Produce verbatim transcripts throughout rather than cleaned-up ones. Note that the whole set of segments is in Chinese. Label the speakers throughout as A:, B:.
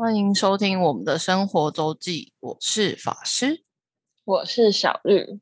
A: 欢迎收听我们的生活周记，我是法师，
B: 我是小绿。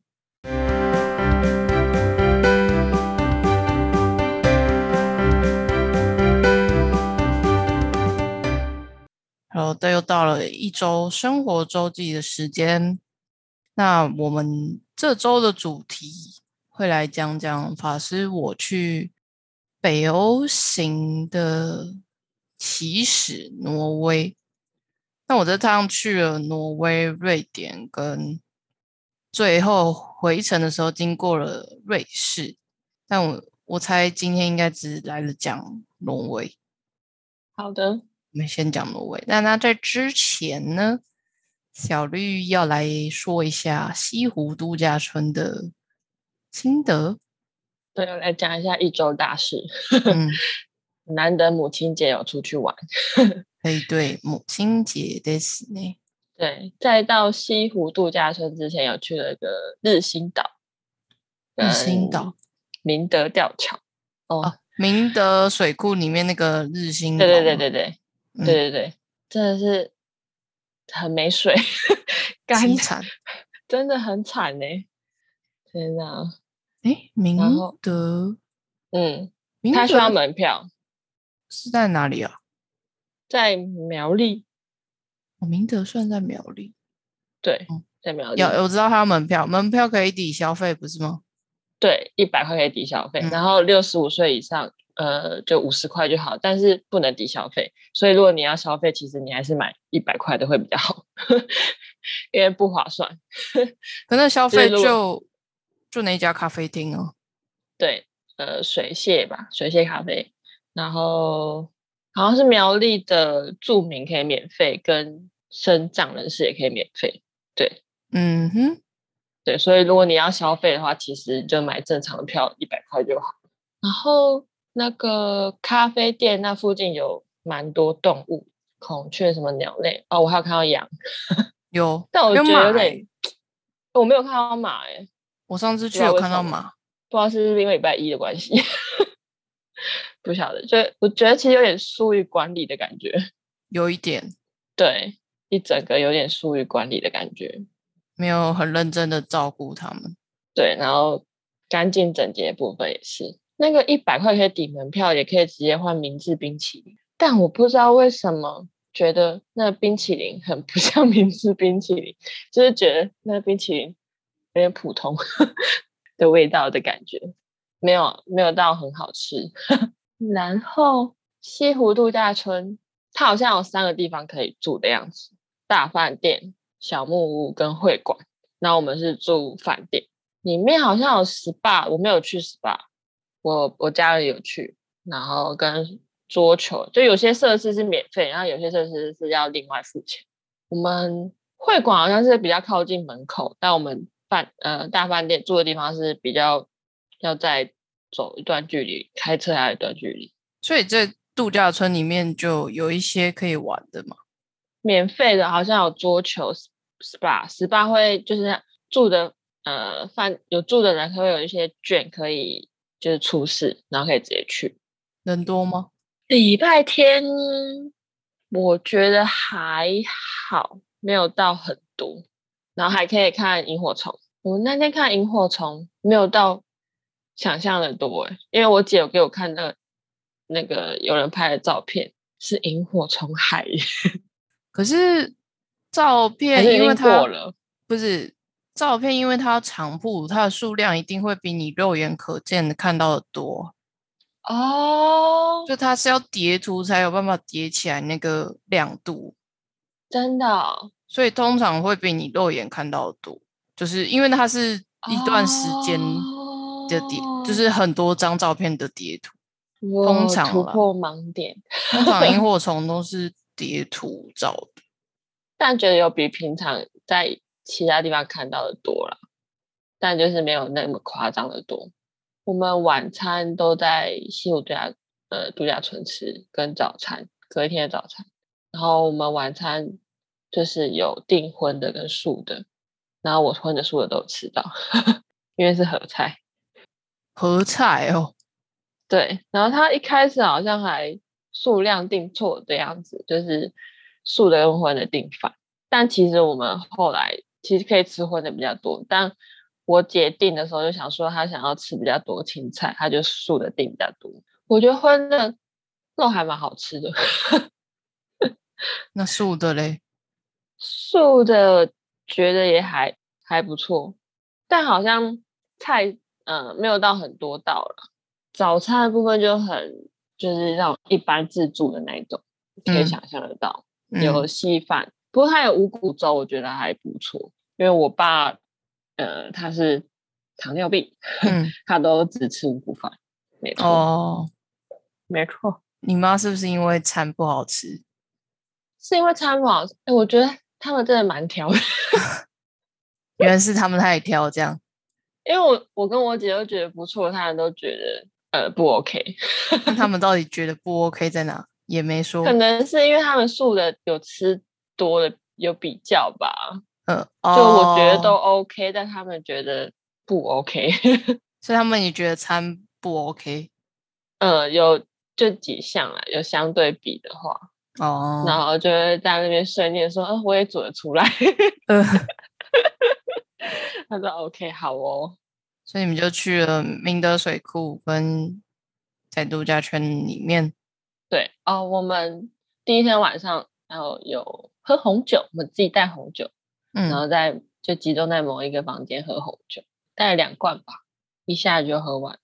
A: 然后又到了一周生活周记的时间。那我们这周的主题会来讲讲法师我去北欧行的起始挪威。那我这趟去了挪威、瑞典，跟最后回程的时候经过了瑞士，但我我猜今天应该只来了讲挪威。
B: 好的，
A: 我们先讲挪威。那那在之前呢，小绿要来说一下西湖度假村的心得。
B: 对，我来讲一下一周大事。
A: 嗯，
B: 难得母亲节有出去玩。
A: 对对，母亲节ですね。
B: 对，在到西湖度假村之前，有去了一个日星岛，
A: 日星岛、
B: 明德吊桥。
A: 哦，哦明德水库里面那个日星岛。
B: 对对对对对，
A: 嗯、
B: 对对对，真的是很没水，干
A: 惨，
B: 真的很惨呢。天哪！
A: 诶，明
B: 然后
A: 德，
B: 嗯，
A: 明
B: 他需要
A: 德
B: 门票，
A: 是在哪里啊？
B: 在苗栗。
A: 哦，明德算在苗栗。
B: 对，
A: 嗯，
B: 在苗栗。
A: 有我知道他有门票，门票可以抵消费，不是吗？
B: 对，一百块可以抵消费，
A: 嗯，
B: 然后六十五岁以上，呃，就五十块就好，但是不能抵消费。所以如果你要消费，其实你还是买一百块的会比较好，因为不划算。
A: 可那消费
B: 就是
A: 就就那家咖啡厅哦。
B: 对，呃，水蟹吧，水蟹咖啡，然后好像是苗栗的住民可以免费，跟身障人士也可以免费。对，
A: 嗯哼，
B: 对，所以如果你要消费的话，其实就买正常的票，一百块就好。然后那个咖啡店那附近有蛮多动物，孔雀什么鸟类哦，我还有看到羊，
A: 有，
B: 但我
A: 有
B: 觉得有点，
A: 马欸。
B: 我没有看到马诶、欸，
A: 我上次
B: 不知道
A: 去有
B: 为什么，
A: 看到马。
B: 不知道是不是因为礼拜一的关系，不晓得，就我觉得其实有点疏于管理的感觉，
A: 有一点
B: 对，一整个有点疏于管理的感觉，
A: 没有很认真的照顾他们。
B: 对，然后干净整洁的部分也是，那个一百块可以抵门票，也可以直接换明治冰淇淋，但我不知道为什么觉得那冰淇淋很不像明治冰淇淋，就是觉得那冰淇淋有点普通的味道的感觉，没有没有到很好吃。然后西湖度假村，它好像有三个地方可以住的样子，大饭店、小木屋跟会馆。那我们是住饭店，里面好像有 S P A， 我没有去 S P A， 我我家人有去，然后跟桌球，就有些设施是免费，然后有些设施是要另外付钱。我们会馆好像是比较靠近门口，但我们饭呃大饭店住的地方是比较要再走一段距离，开车还有一段距离。
A: 所以在度假村里面就有一些可以玩的嘛。
B: 免费的好像有桌球 S P A，S P A 会就是住的呃饭有住的人会有一些券可以就是出示，然后可以直接去。
A: 人多吗？
B: 礼拜天我觉得还好，没有到很多，然后还可以看萤火虫。我那天看萤火虫没有到想象的多诶，因为我姐有给我看那个那个有人拍的照片，是萤火虫海。
A: 可是照片，
B: 还是已经
A: 因为它
B: 过了
A: 不是照片，因为它长铺，它的数量一定会比你肉眼可见的看到的多。
B: 哦，
A: 就它是要叠图才有办法叠起来那个亮度，
B: 真的哦，
A: 所以通常会比你肉眼看到的多，就是因为它是一段时间的叠，就是
B: 哦，
A: 很多张照片的叠图。通
B: 我
A: 常啦，
B: 突破盲点，
A: 通常萤火虫都是叠图照的。
B: 但觉得有比平常在其他地方看到的多了，但就是没有那么夸张的多。我们晚餐都在西湖度假呃度假村吃，跟早餐隔一天的早餐。然后我们晚餐就是有订荤的跟素的，然后我荤的素的都有吃到，因为是合菜。
A: 合菜哦。
B: 对，然后他一开始好像还数量订错的样子，就是素的跟荤的订饭。但其实我们后来其实可以吃荤的比较多，但我姐订的时候就想说她想要吃比较多青菜，她就素的订比较多。我觉得荤的肉还蛮好吃的。
A: 那素的嘞？
B: 素的觉得也还还不错，但好像菜呃没有到很多道了。早餐的部分就很就是那种一般自助的那一种，可以
A: 嗯
B: 想象得到，有
A: 嗯
B: 稀饭，不过它有五谷粥，我觉得还不错。因为我爸呃他是糖尿病，
A: 嗯，
B: 他都只吃五谷饭，没错
A: 哦，
B: 没错。
A: 你妈是不是因为餐不好吃？
B: 是因为餐不好吃，哎，我觉得他们真的蛮挑的。
A: 原来是他们太挑这样。
B: 因为我我跟我姐都觉得不错，他们都觉得呃不 OK。
A: 那他们到底觉得不 OK 在哪？也没
B: 可
A: 说。
B: 能是因为他们素的有吃多的有比较吧，
A: 嗯
B: 就我觉得都
A: 哦，
B: OK，但他们觉得不 OK。
A: 所以他们也觉得餐不 OK。
B: 呃，有就几项啦，有相对比的话，然
A: 哦，
B: 后就会在那边碎念说，呃，我也煮得出来。
A: 呃，
B: 他说 OK，好哦。
A: 所以你们就去了明德水库跟在度假村里面。
B: 对哦，我们第一天晚上然后有喝红酒，我们自己带红酒，然
A: 嗯，
B: 后在就集中在某一个房间喝红酒，带了两罐吧，一下就喝完。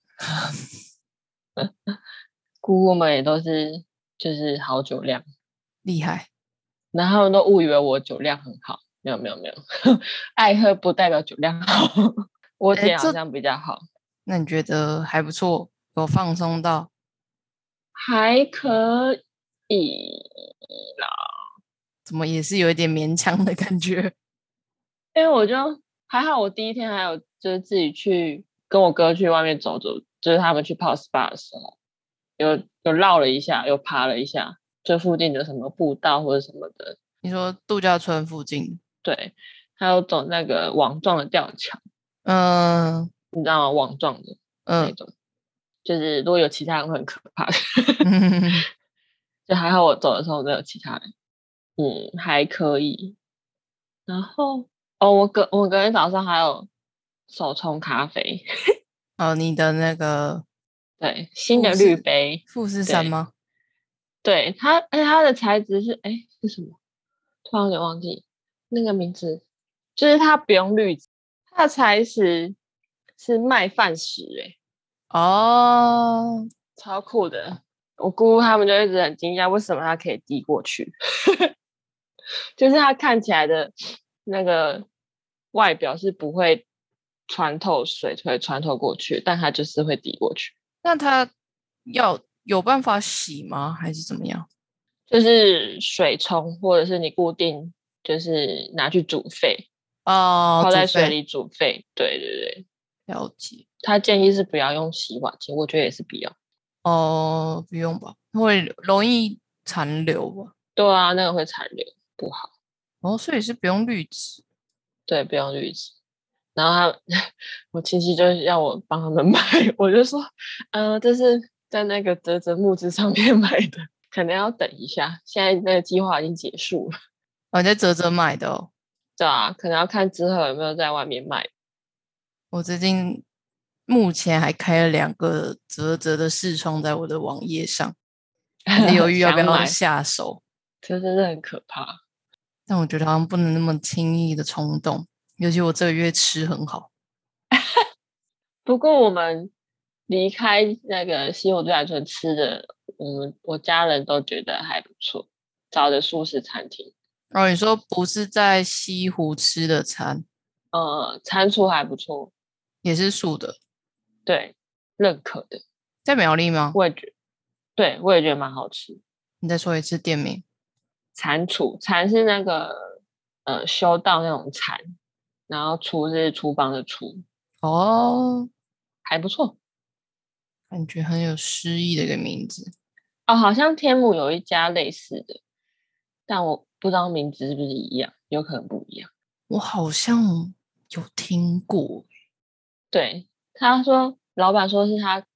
B: 姑姑们也都是就是好酒量，
A: 厉害。
B: 然后他们都误以为我酒量很好，没有没有没有。爱喝不代表酒量好。我
A: 哎，
B: 姐好
A: 这
B: 像比较好，
A: 那你觉得还不错，有放松到？
B: 还可以啦。
A: 怎么也是有一点勉强的感觉？
B: 因为我就还好，我第一天还有就是自己去跟我哥去外面走走，就是他们去泡 S P A 的时候，有有绕了一下，又爬了一下，这附近的什么步道或者什么的。
A: 你说度假村附近？
B: 对，还有走那个网状的吊桥，
A: 嗯
B: 你知道吗？网状的那
A: 嗯
B: 种，就是如果有其他人会很可怕。
A: 嗯，
B: 就还好我走的时候没有其他人，嗯，还可以。然后哦，我隔我隔天早上还有手冲咖啡。
A: 哦，你的那个
B: 对，新的滤
A: 富士
B: 杯。
A: 富士山
B: 对
A: 吗？
B: 对，它，而且它的材质是，哎，是什么？突然有点忘记那个名字，就是它不用滤纸，它的材质是麦饭石，哎，
A: 哦，
B: 超酷的。我姑姑他们就一直很惊讶，为什么它可以滴过去？就是它看起来的那个外表是不会穿透水，会穿透过去，但它就是会滴过去。
A: 那它要有办法洗吗？还是怎么样？
B: 就是水冲，或者是你固定，就是拿去煮沸，
A: 哦，
B: 泡
A: 煮沸，
B: 在水里煮沸。对对对，
A: 了解。
B: 他建议是不要用洗碗机，我觉得也是不要。
A: 哦，不用吧，会容易残留吧？
B: 对啊，那个会残留，不好。
A: 哦，所以是不用滤纸。
B: 对，不用滤纸。然后他，我亲戚就让我帮他们买，我就说，嗯、这是在那个泽泽木子上面买的，可能要等一下。现在那个计划已经结束了。
A: 哦，你在泽泽买的哦。
B: 对啊，可能要看之后有没有在外面卖。
A: 我最近目前还开了两个泽泽的视窗在我的网页上，还在犹豫要不要
B: 想买，
A: 下手。
B: 这真的很可怕。
A: 但我觉得好像不能那么轻易的冲动，尤其我这个月吃很好。
B: 不过我们离开那个西湖度假村吃的，我们我家人都觉得还不错，找的素食餐厅，
A: 哦，你说不是在西湖吃的餐，
B: 呃，餐厨还不错，
A: 也是素的，
B: 对，认可的，
A: 在苗栗吗？
B: 我也觉对我也觉得蛮好吃。
A: 你再说一次店名。
B: 蟾蜍，蟾是那个呃修道那种蟾，然后厨是厨房的厨，
A: 哦，
B: 还不错。
A: 感觉很有诗意的一个名字。
B: 哦，好像天母有一家类似的，但我不知道名字是不是一样，有可能不一样。
A: 我好像有听过。
B: 对，他说老板说是他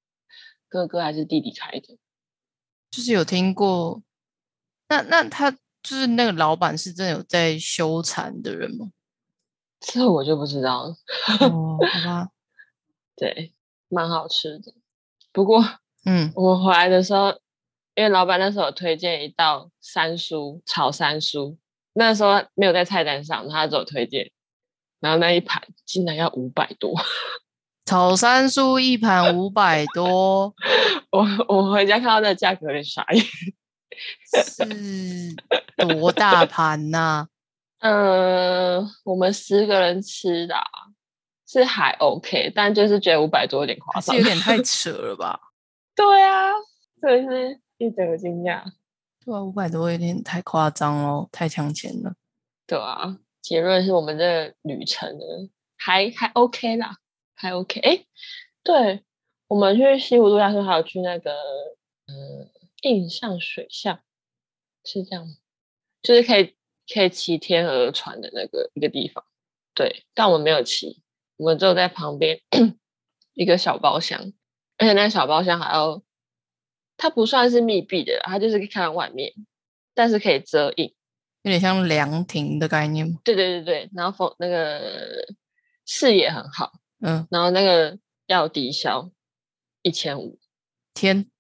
B: 哥哥还是弟弟开的。
A: 就是有听过。那那他就是那个老板是真的有在修禅的人吗？
B: 这我就不知道了。
A: 哦，好吧，
B: 对，蛮好吃的。不过
A: 嗯，
B: 我们回来的时候，因为老板那时候有推荐一道山蔬炒山蔬，那时候没有在菜单上，他只有推荐，然后那一盘竟然要五百多。
A: 炒山蔬一盘五百多，
B: 我我回家看到那个价格有点傻眼。
A: 是多大盘呐、
B: 嗯、我们十个人吃的、啊、是还 OK，但就是觉得五百多有点夸张。
A: 还是有点太扯了吧？
B: 对啊，真的是一整个惊讶。
A: 对啊，五百多有点太夸张了，太抢钱了。
B: 对啊，结论是我们的旅程呢还还 OK 啦，还 OK。哎，对，我们去西湖度假村还有去那个呃印上水巷，是这样吗？就是可以可以骑天鹅船的那个一个地方。对，但我们没有骑，我们只有在旁边一个小包厢，而且那个小包厢还要，它不算是密闭的啦，它就是可以看到外面，但是可以遮阴。
A: 有点像凉亭的概念吗？
B: 对对对对，然后风那个视野很好，
A: 嗯，
B: 然后那个要抵消一千五。
A: 天，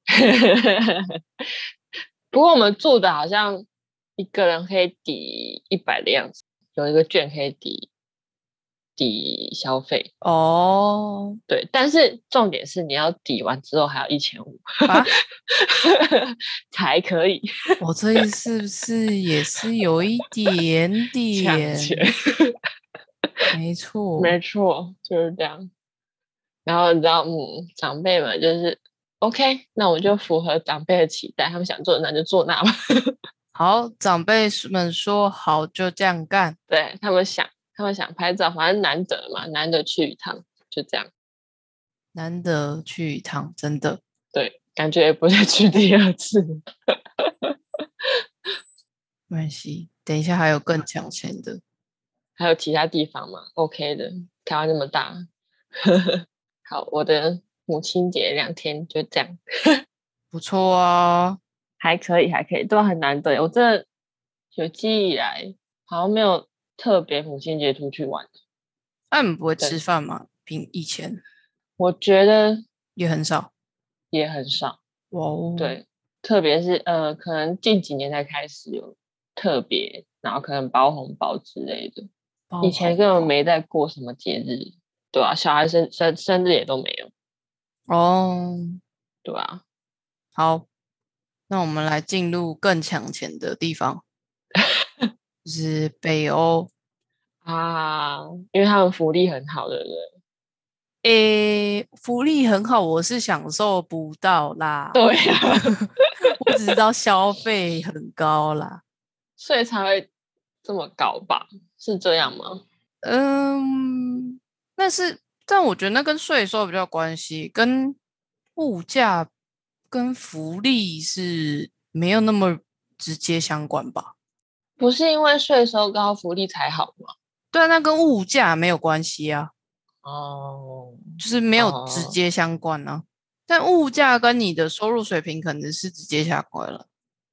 B: 不过我们住的好像一个人可以抵一百的样子，有一个券可以抵抵消费。
A: 哦
B: 对，但是重点是你要抵完之后还要一千五
A: 啊，
B: 才可以
A: 我这里是不是也是有一点
B: 抢钱。
A: 点？没错，
B: 没错，就是这样。然后你知道，嗯，长辈们就是 OK，那我就符合长辈的期待，他们想做哪就做那吧。
A: 好，长辈们说好就这样干，
B: 对，他们想，他们想拍照，反正难得嘛，难得去一趟，就这样。
A: 难得去一趟，真的
B: 对，感觉也不会去第二次。
A: 没关系。等一下还有更抢钱的，
B: 还有其他地方嘛？OK 的，台湾那么大。好，我的母亲节两天就这样。
A: 不错啊。
B: 还可以，还可以，都很难得。我这有记忆以来好像没有特别母亲节出去玩。
A: 那、你们不会吃
B: 对，
A: 饭吗？平以前
B: 我觉得
A: 也很少。
B: 也很少。
A: 哇哦，
B: 对，特别是呃，可能近几年才开始有特别，然后可能包红包之类的。以
A: 包
B: 前根本
A: 红包
B: 没在过什么节日，对啊，小孩生生生日也都没有，
A: 哦。
B: 对啊。
A: 好，那我们来进入更抢钱的地方，就是北欧。
B: 啊，因为他们福利很好，对不对？
A: 诶，福利很好，我是享受不到啦。
B: 对啊，
A: 我只知道消费很高啦。
B: 所以才会这么高吧？是这样吗？
A: 嗯，但是但我觉得那跟税收比较有关系，跟物价跟福利是没有那么直接相关吧？
B: 不是因为税收高，福利才好吗？
A: 对啊，那跟物价没有关系啊，
B: 哦
A: 就是没有直
B: 哦，
A: 接相关啊。但物价跟你的收入水平可能是直接相关了。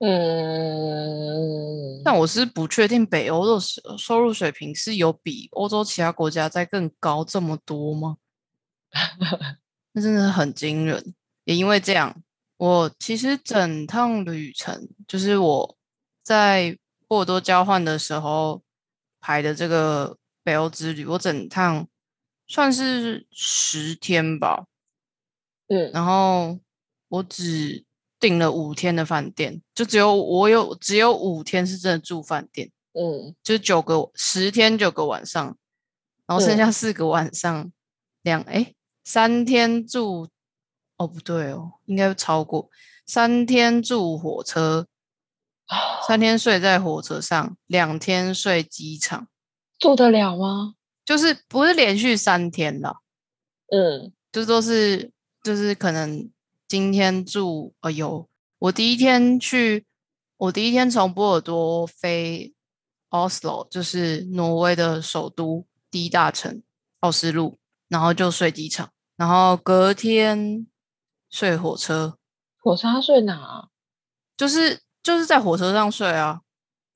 A: 但
B: 嗯，
A: 我是不确定北欧的收收入水平是有比欧洲其他国家再更高这么多吗？那真的很惊人。也因为这样，我其实整趟旅程，就是我在波尔多交换的时候排的这个北欧之旅，我整趟算是十天吧。
B: 嗯
A: 然后我只订了五天的饭店，就只有我有只有五天是真的住饭店，
B: 嗯
A: 就是九个十天九个晚上，然后剩下
B: 嗯，
A: 四个晚上两诶三天住哦不对哦，应该超过三天住火车，三天睡在火车上，两天睡机场，
B: 做得了吗？
A: 就是不是连续三天啦，
B: 嗯
A: 就都是就是可能今天住呃有我第一天去，我第一天从波尔多飞 Oslo，就是挪威的首都第一大城奥斯陆，然后就睡机场，然后隔天睡火车，
B: 火车睡哪啊？
A: 就是就是在火车上睡啊。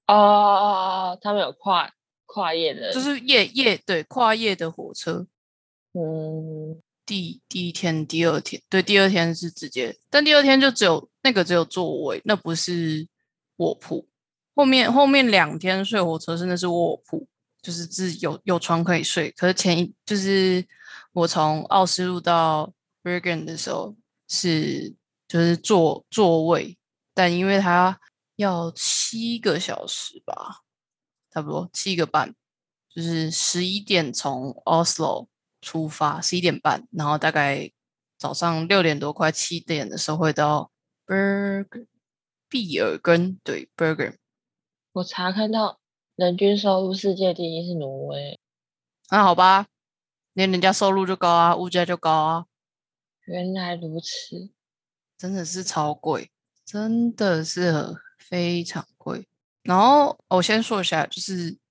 B: 哦哦哦，他们有跨跨夜的，
A: 就是夜夜对跨夜的火车。
B: 嗯，
A: 第第一天、第二天，对，第二天是直接，但第二天就只有那个只有座位，那不是卧铺。后面后面两天睡火车是那是卧铺，就是自有有床可以睡。可是前一就是我从奥斯陆到 Bergen 的时候是就是坐座位，但因为它要七个小时吧，差不多七个半，就是十一点从 Oslo 出发，十一点半，然后大概早上六点多快七点的时候会到 Bergen 毕尔根，对 Bergen。
B: 我查看到人均收入世界第一是挪威，
A: 那好吧，连人家收入就高啊，物价就高啊，
B: 原来如此。
A: 真的是超贵，真的是非常贵。然后我先说一下，就是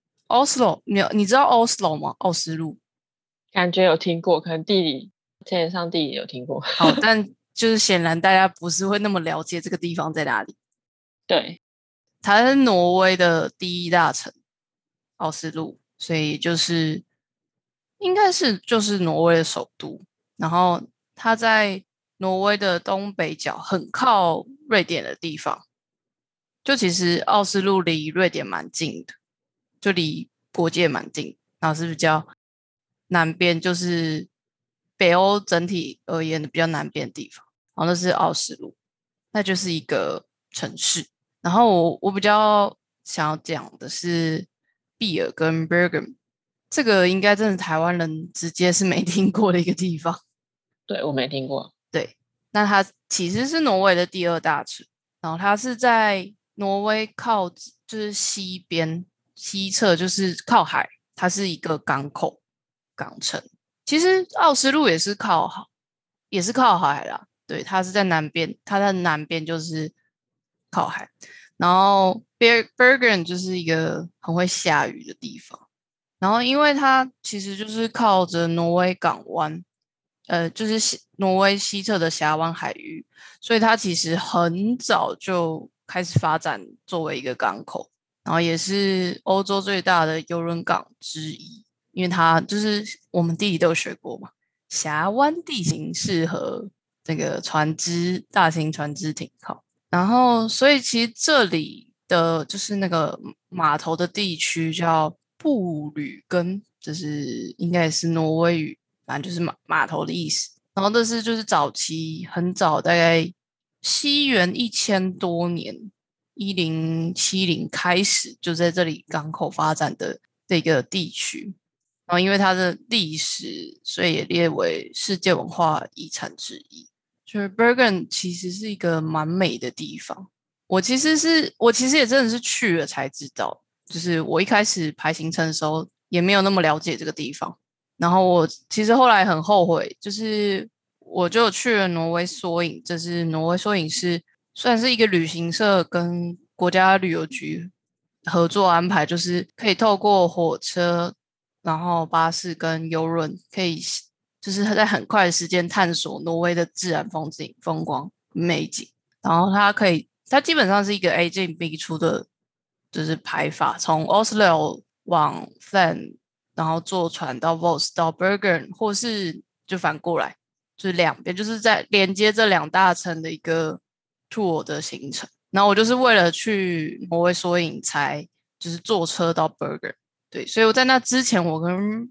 A: Oslo，你你知道 Oslo 吗？奥斯陆。
B: 感觉有听过，可能地理天天上地理有听过。
A: 好，但就是显然大家不是会那么了解这个地方在哪里。
B: 对，
A: 它是挪威的第一大城，奥斯陆，所以就是应该是就是挪威的首都。然后它在挪威的东北角，很靠瑞典的地方。就其实奥斯陆离瑞典蛮近的，就离国界蛮近，然后是比较南边，就是北欧整体而言的比较南边的地方。然后那是奥斯陆，那就是一个城市。然后我我比较想要讲的是毕尔跟 Bergen， 这个应该真的台湾人直接是没听过的一个地方。
B: 对我没听过。
A: 对，那它其实是挪威的第二大城，然后它是在挪威靠就是西边西侧，就是靠海，它是一个港口港城。其实奥斯陆也是靠海，也是靠海啦。对，它是在南边，它在南边就是靠海。然后 Ber Bergen 就是一个很会下雨的地方。然后因为它其实就是靠着挪威港湾，呃，就是西挪威西侧的峡湾海域，所以它其实很早就开始发展作为一个港口，然后也是欧洲最大的邮轮港之一，因为它就是我们地理都有学过嘛，峡湾地形适合这个船只、大型船只停靠，然后所以其实这里的就是那个码头的地区叫布吕根，就是应该也是挪威语，反正就是码码头的意思。然后这是就是早期很早，大概西元一千多年，一零七零开始就在这里港口发展的这个地区。然后因为它的历史，所以也列为世界文化遗产之一。就是 Bergen 其实是一个蛮美的地方。我其实是我其实也真的是去了才知道，就是我一开始排行程的时候也没有那么了解这个地方。然后我其实后来很后悔，就是我就去了挪威缩影，这是挪威缩影是算是一个旅行社跟国家旅游局合作安排，就是可以透过火车，然后巴士跟邮轮，可以就是在很快的时间探索挪威的自然风景、风光、美景。然后它可以，它基本上是一个 A 进 B 出的，就是排法，从 Oslo 往 Flen，然后坐船到 Voss 到 Bergen，或是就反过来，就是两边，就是在连接这两大城的一个 tour 的行程。然后我就是为了去挪威缩影才就是坐车到 Bergen，对，所以我在那之前我跟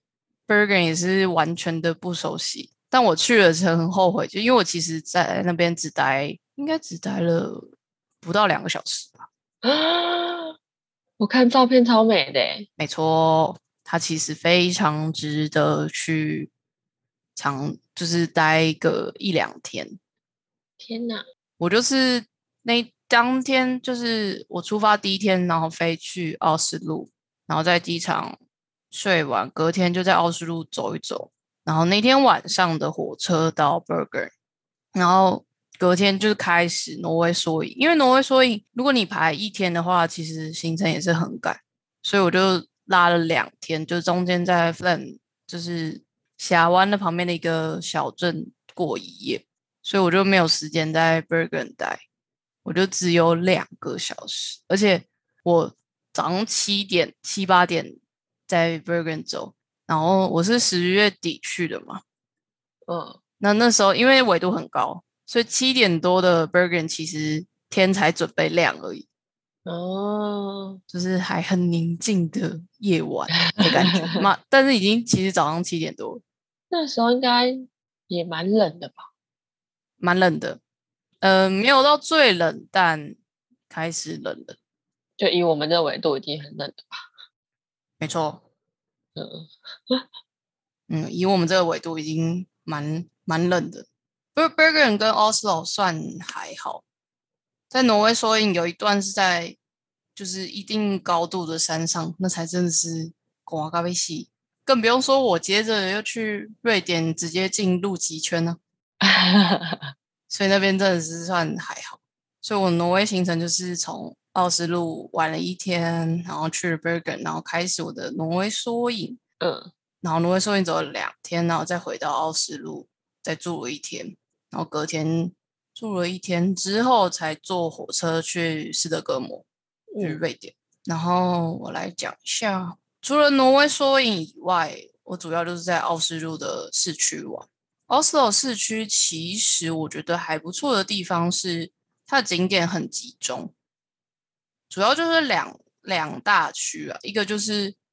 A: Bergen 也是完全的不熟悉，但我去了是很后悔，就因为我其实在那边只待应该只待了不到两个小时吧。
B: 啊，我看照片超美的欸，
A: 没错，它其实非常值得去长，就是待个一两天。
B: 天哪！
A: 我就是那当天就是我出发第一天，然后飞去奥斯陆，然后在机场睡完，隔天就在奥斯陆走一走，然后那天晚上的火车到 Bergen，然后隔天就是开始挪威缩影，因为挪威缩影如果你排一天的话，其实行程也是很赶，所以我就拉了两天，就中间在 Flen 就是峡湾的旁边的一个小镇过一夜。所以我就没有时间在 Bergen 待，我就只有两个小时，而且我早上七点七八点在 Bergen 州，然后我是十月底去的嘛，
B: 嗯，
A: 那那时候因为纬度很高，所以七点多的 Bergen 其实天才准备亮而已，
B: 哦，
A: 就是还很宁静的夜晚的感觉嘛。但是已经其实早上七点多，
B: 那时候应该也蛮冷的吧？
A: 蛮冷的，呃，没有到最冷，但开始冷了。
B: 就以我们这纬度已经很冷了吧？
A: 没错，
B: 嗯，
A: 嗯，以我们这个纬度已经蛮蛮冷的。不是 Bergen 跟 Oslo 算还好，在挪威缩影有一段是在就是一定高度的山上，那才真的是刮咖啡系。更不用说我接着又去瑞典，直接进入极圈呢、所以那边真的是算还好。所以我挪威行程就是从奥斯陆玩了一天，然后去了 Bergen，然后开始我的挪威缩影。
B: 嗯
A: 然后挪威缩影走了两天，然后再回到奥斯陆，再住了一天，然后隔天住了一天之后，才坐火车去斯德哥尔摩，去
B: 嗯
A: 瑞典。然后我来讲一下，除了挪威缩影以外，我主要就是在奥斯陆的市区玩。奥斯陆市区其实我觉得还不错的地方是，它的景点很集中，主要就是两两大区啊，一个就是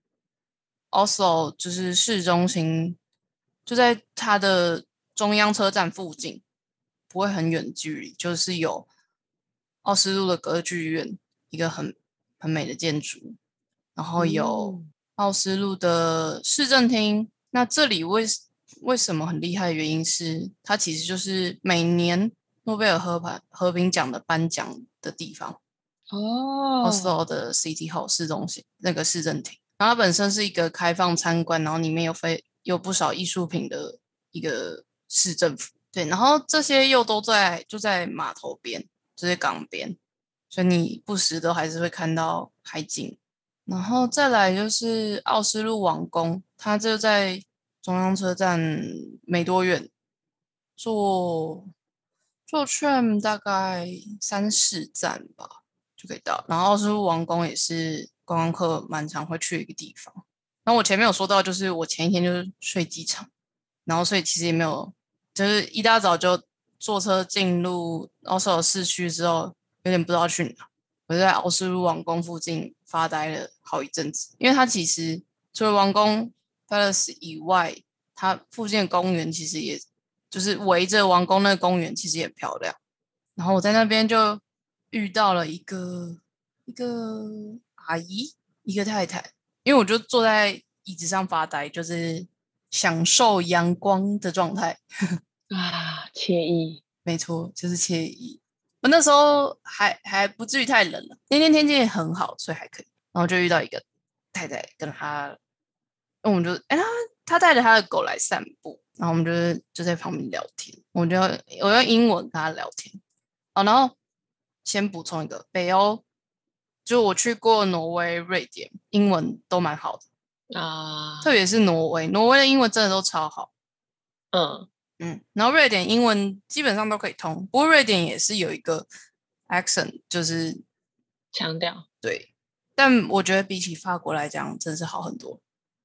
A: Oslo，就是市中心，就在它的中央车站附近，不会很远距离，就是有奥斯陆的歌剧院，一个很很美的建筑，然后有
B: 嗯，
A: 奥斯陆的市政厅。那这里为为什么很厉害的原因是，它其实就是每年诺贝尔和平和平奖的颁奖的地方。
B: 哦，
A: Oslo 的 City Hall 市中心那个市政厅，然后它本身是一个开放参观，然后里面有非有不少艺术品的一个市政府，对，然后这些又都在就在码头边，这些港边，所以你不时都还是会看到海景。然后再来就是奥斯陆王宫，它就在中央车站没多远，坐坐 tram 大概三四站吧。就可以到。然后奥斯陆王宫也是观光客蛮常会去的一个地方。然后我前面有说到，就是我前一天就是睡机场，然后所以其实也没有，就是一大早就坐车进入奥斯陆市区之后，有点不知道去哪。我就在奥斯陆王宫附近发呆了好一阵子，因为它其实除了王宫 Palace 以外，它附近的公园其实也就是围着王宫那个公园，其实也很漂亮。然后我在那边就遇到了一个一个阿姨，一个太太，因为我就坐在椅子上发呆，就是享受阳光的状态。
B: 啊，惬意，
A: 没错，就是惬意。我那时候还还不至于太冷了，那天天气也很好，所以还可以。然后就遇到一个太太，跟她，我们就哎，她她带着她的狗来散步，然后我们就是就在旁边聊天，我就我用英文跟她聊天。哦，然后先补充一个，北欧就我去过挪威、瑞典，英文都蛮好的，特
B: 啊，
A: 别是挪威，挪威的英文真的都超好。
B: 嗯，
A: 嗯，然后瑞典英文基本上都可以通，不过瑞典也是有一个 accent，就是
B: 强调，
A: 对，但我觉得比起法国来讲，真是好很多。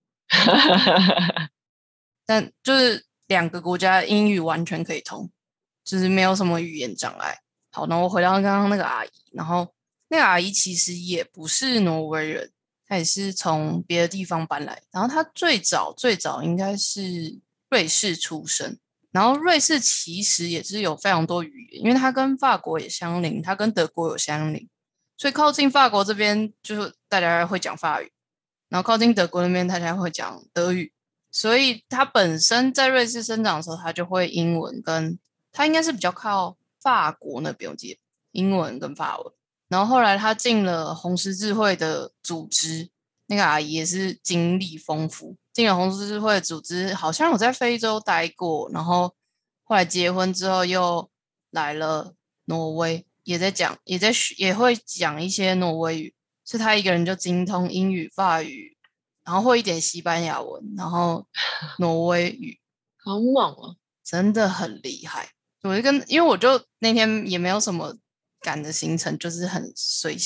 A: 但就是两个国家英语完全可以通，就是没有什么语言障碍。好，然后我回到刚刚那个阿姨，然后那个阿姨其实也不是挪威人，她也是从别的地方搬来，然后她最早最早应该是瑞士出生，然后瑞士其实也是有非常多语言，因为它跟法国也相邻，它跟德国有相邻，所以靠近法国这边就是大家会讲法语，然后靠近德国那边大家会讲德语。所以他本身在瑞士生长的时候，他就会英文跟他应该是比较靠法国那边，我记得英文跟法文。然后后来他进了红十字会的组织，那个阿姨也是经历丰富，进了红十字会的组织，好像有在非洲待过，然后后来结婚之后又来了挪威，也在讲，也在学，也会讲一些挪威语，是他一个人就精通英语、法语，然后会一点西班牙文，然后挪威语，
B: 好猛哦！
A: 真的很厉害。我就跟，因为我就那天也没有什么赶的行程，就是很随性，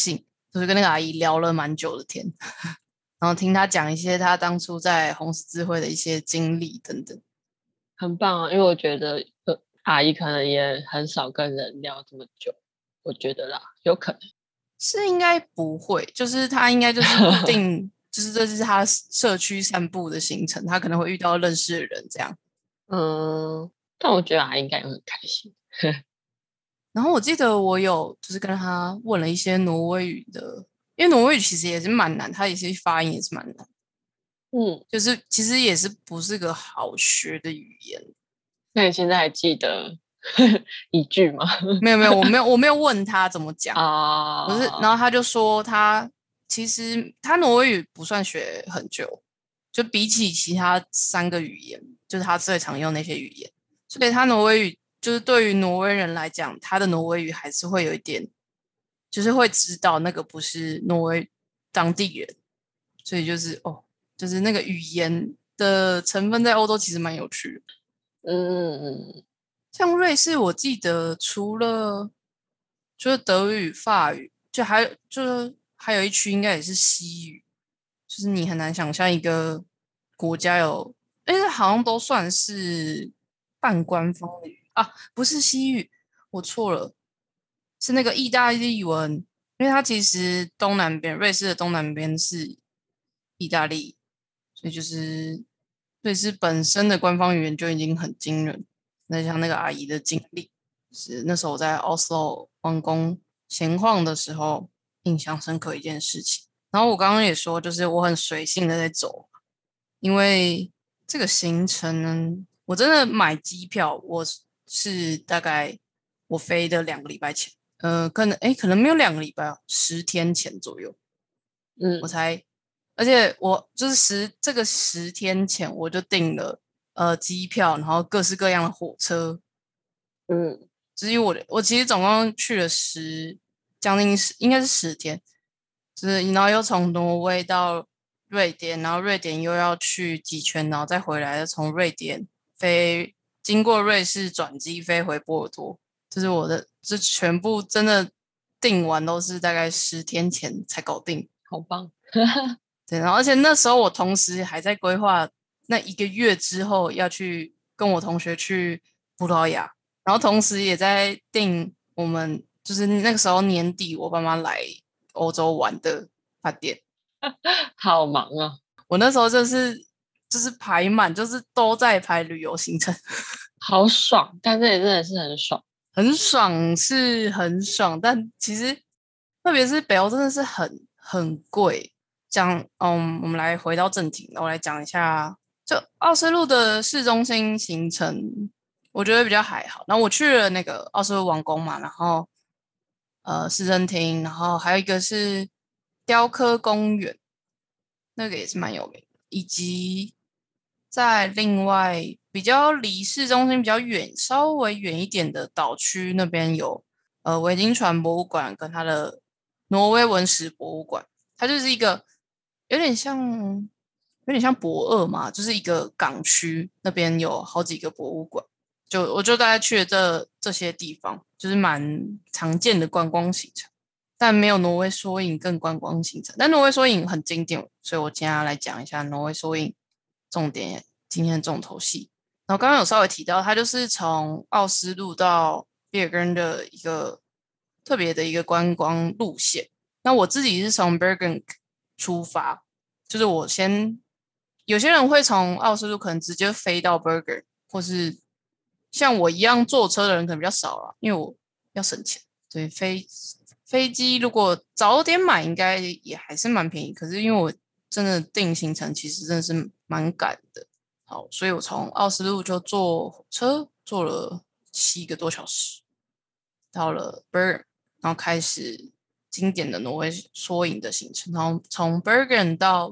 A: 就是跟那个阿姨聊了蛮久的天，然后听她讲一些她当初在红十字会的一些经历等等。
B: 很棒啊，因为我觉得呃阿姨可能也很少跟人聊这么久，我觉得啦，有可能
A: 是应该不会，就是她应该就是固定，就是这是她社区散步的行程，她可能会遇到认识的人这样。
B: 嗯，但我觉得阿姨应该也会很开心。
A: 然后我记得我有就是跟她问了一些挪威语的，因为挪威语其实也是蛮难，它也是发音也是蛮难，
B: 嗯，
A: 就是其实也是不是个好学的语言。
B: 那你现在还记得一句吗？
A: 没有没有，我没有我没有问他怎么讲，我是然后
B: 啊，
A: 他就说他其实他挪威语不算学很久，就比起其他三个语言，就是他最常用那些语言，所以他挪威语就是对于挪威人来讲，他的挪威语还是会有一点，就是会知道那个不是挪威当地人，所以就是哦，就是那个语言的成分在欧洲其实蛮有趣的。
B: 嗯，
A: 像瑞士，我记得除了除了德语、法语，就还有就是还有一区应该也是西语，就是你很难想象一个国家有，哎，好像都算是半官方的语啊，不是西语，我错了，是那个意大利文，因为它其实东南边，瑞士的东南边是意大利，所以就是瑞士本身的官方语言就已经很惊人。那像那个阿姨的经历，是那时候我在奥斯陆王宫闲晃的时候，印象深刻一件事情。然后我刚刚也说，就是我很随性的在走，因为这个行程呢，我真的买机票，我是大概我飞的两个礼拜前，呃，可能诶，可能没有两个礼拜哦，十天前左右，我
B: 嗯
A: 才，而且我就是十这个十天前我就订了呃机票，然后各式各样的火车，
B: 嗯
A: 至于我的，我其实总共去了十将近十，应该是十天，就是然后又从挪威到瑞典，然后瑞典又要去几圈，然后再回来，再从瑞典飞经过瑞士转机飞回波尔多，这是我的，这全部真的订完都是大概十天前才搞定。
B: 好棒，
A: 对，然后而且那时候我同时还在规划那一个月之后要去跟我同学去葡萄牙，然后同时也在订我们就是那个时候年底我爸妈来欧洲玩的饭店。
B: 好忙啊，
A: 我那时候就是就是排满，就是都在排旅游行程，
B: 好爽，但这里真的是很爽。
A: 很爽是很爽，但其实特别是北欧真的是很很贵。讲，嗯，我们来回到正题，我来讲一下，就奥斯陆的市中心行程，我觉得比较还好。然后我去了那个奥斯陆王宫嘛，然后呃市政厅，然后还有一个是雕刻公园，那个也是蛮有名的，以及在另外比较离市中心比较远、稍微远一点的岛区那边有呃维京船博物馆跟它的挪威文史博物馆，它就是一个有点像有点像博尔嘛，就是一个港区那边有好几个博物馆，就我就大概去了这这些地方，就是蛮常见的观光行程。但没有挪威缩影更观光行程。但挪威缩影很经典，所以我今天要来讲一下挪威缩影重点，今天的重头戏。然后刚刚有稍微提到，它就是从奥斯陆到比尔根的一个特别的一个观光路线。那我自己是从 Bergen 出发，就是我先有些人会从奥斯陆可能直接飞到 Bergen，或是像我一样坐车的人可能比较少了，因为我要省钱。对，飞飞机如果早点买，应该也还是蛮便宜。可是因为我真的订行程，其实真的是蛮赶的。好，所以我从奥斯陆就坐火车坐了七个多小时，到了 Bergen，然后开始经典的挪威缩影的行程。然后从 Bergen 到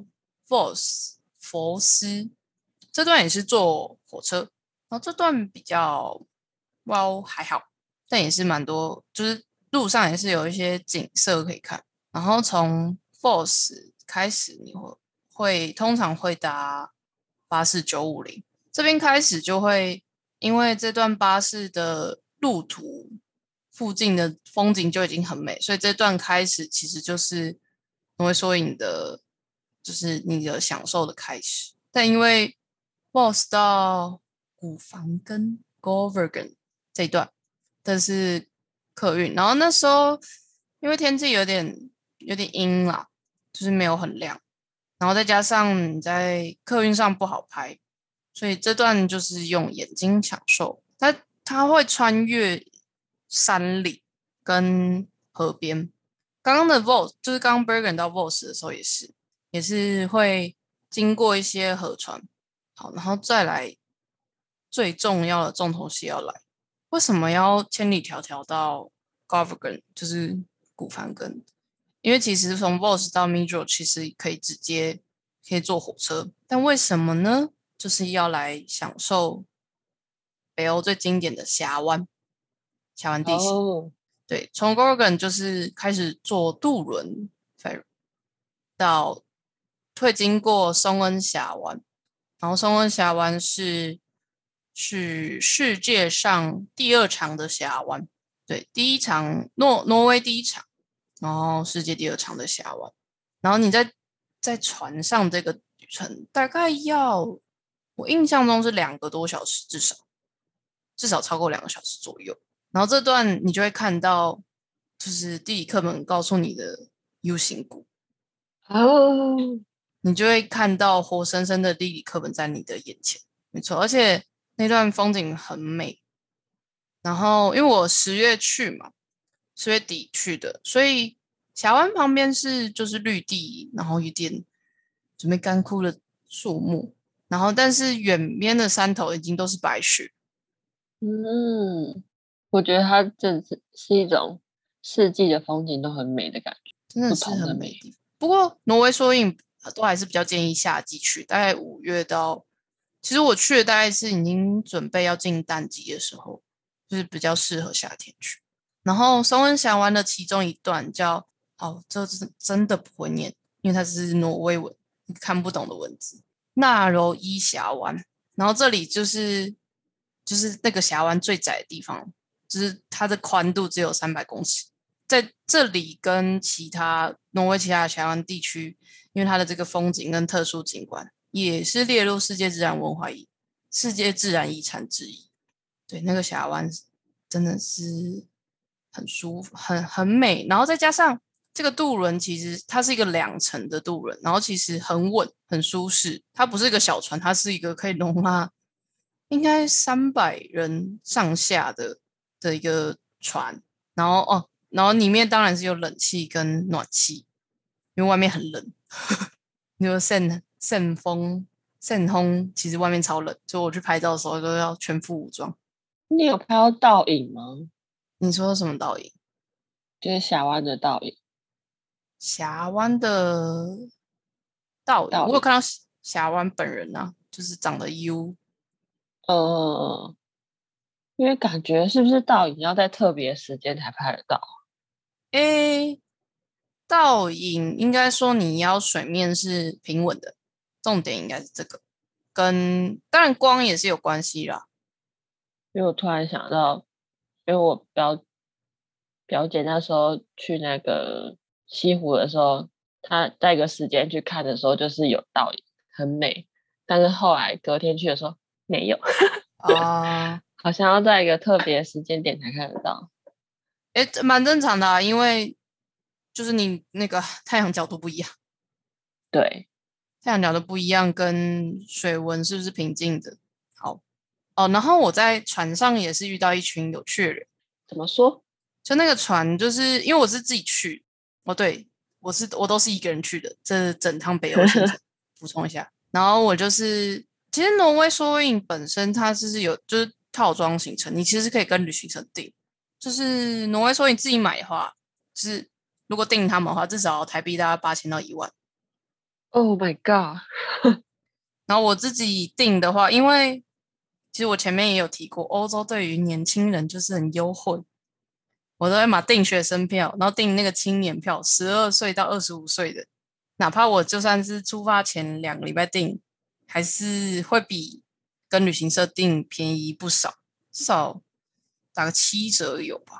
A: Voss 佛斯这段也是坐火车，然后这段比较哇哦还好，但也是蛮多，就是路上也是有一些景色可以看。然后从 Voss 开始，你会会通常会搭巴士九五零，这边开始就会因为这段巴士的路途附近的风景就已经很美，所以这段开始其实就是挪威缩影的，就是你的享受的开始。但因为 Voss 到古房跟 Governor 这一段，这是客运，然后那时候因为天气有点有点阴啦，就是没有很亮，然后再加上你在客运上不好拍，所以这段就是用眼睛享受。它它会穿越山里跟河边。刚刚的 Voss 就是刚刚 Bergen 到 Voss 的时候也是，也是会经过一些河川。好，然后再来最重要的重头戏要来，为什么要千里迢迢到 Governor 就是古凡根？因为其实从 Voss 到 Midro 其实可以直接可以坐火车，但为什么呢？就是要来享受北欧最经典的峡湾，峡湾地形。
B: 哦，
A: 对，从 Gorgon 就是开始坐渡轮 ferry 到会经过松恩峡湾，然后松恩峡湾是是世界上第二长的峡湾，对，第一长挪挪威第一长，然后世界第二长的峡湾。然后你在在船上这个旅程大概要，我印象中是两个多小时，至少至少超过两个小时左右。然后这段你就会看到，就是地理课本告诉你的 U 型谷，
B: 哦，
A: 你就会看到活生生的地理课本在你的眼前，没错。而且那段风景很美。然后因为我十月去嘛，十月底去的，所以峡湾旁边是就是绿地，然后有点准备干枯的树木，然后但是远边的山头已经都是白雪。
B: 嗯，我觉得它这是是一种四季的风景都很美的感觉，不
A: 真的是
B: 同的美。
A: 很美的地方。不过挪威缩影都还是比较建议夏季去，大概五月到，其实我去的大概是已经准备要进淡季的时候，就是比较适合夏天去。然后松恩峡湾的其中一段叫，哦，这真真的不会念，因为它是挪威文，你看不懂的文字。纳柔伊峡湾，然后这里就是就是那个峡湾最窄的地方，就是它的宽度只有三百公尺。在这里跟其他挪威其他的峡湾地区，因为它的这个风景跟特殊景观，也是列入世界自然文化遗世界自然遗产之一。对，那个峡湾真的是很舒服，很很美。然后再加上这个渡轮，其实它是一个两层的渡轮，然后其实很稳，很舒适。它不是一个小船，它是一个可以容纳应该三百人上下的的一个船。然后哦，然后里面当然是有冷气跟暖气，因为外面很冷。你说扇扇风、扇风，其实外面超冷，所以我去拍照的时候都要全副武装。
B: 你有拍到倒影吗？
A: 你说什么倒影？
B: 就是峡湾的倒影，
A: 峡湾的倒影，
B: 倒影。
A: 我有看到峡湾本人啊，就是长得 U。
B: 呃，因为感觉是不是倒影要在特别时间才拍得到？
A: 诶，倒影应该说你要水面是平稳的，重点应该是这个，跟当然光也是有关系啦。
B: 因为我突然想到，因为我表表姐那时候去那个西湖的时候，她在一个时间去看的时候，就是有倒影，很美。但是后来隔天去的时候没有，
A: 啊，
B: 好像要在一个特别时间点才看得到。
A: 诶，这蛮正常的啊，因为就是你那个太阳角度不一样，
B: 对，
A: 太阳角度不一样，跟水温是不是平静的？好哦，然后我在船上也是遇到一群有趣的人。
B: 怎么说？
A: 就那个船，就是因为我是自己去，哦，对，我是我都是一个人去的，这整趟北欧行程补充一下。然后我就是，其实挪威缩影本身它是有就是套装行程，你其实可以跟旅行社订，就是挪威缩影自己买的话，就是如果订他们的话，至少台币大概八千到一万。
B: Oh my god！
A: 然后我自己订的话，因为其实我前面也有提过，欧洲对于年轻人就是很优惠。我都会买订学生票，然后订那个青年票，十二岁到二十五岁的，哪怕我就算是出发前两个礼拜订，还是会比跟旅行社订便宜不少，至少打个七折有吧。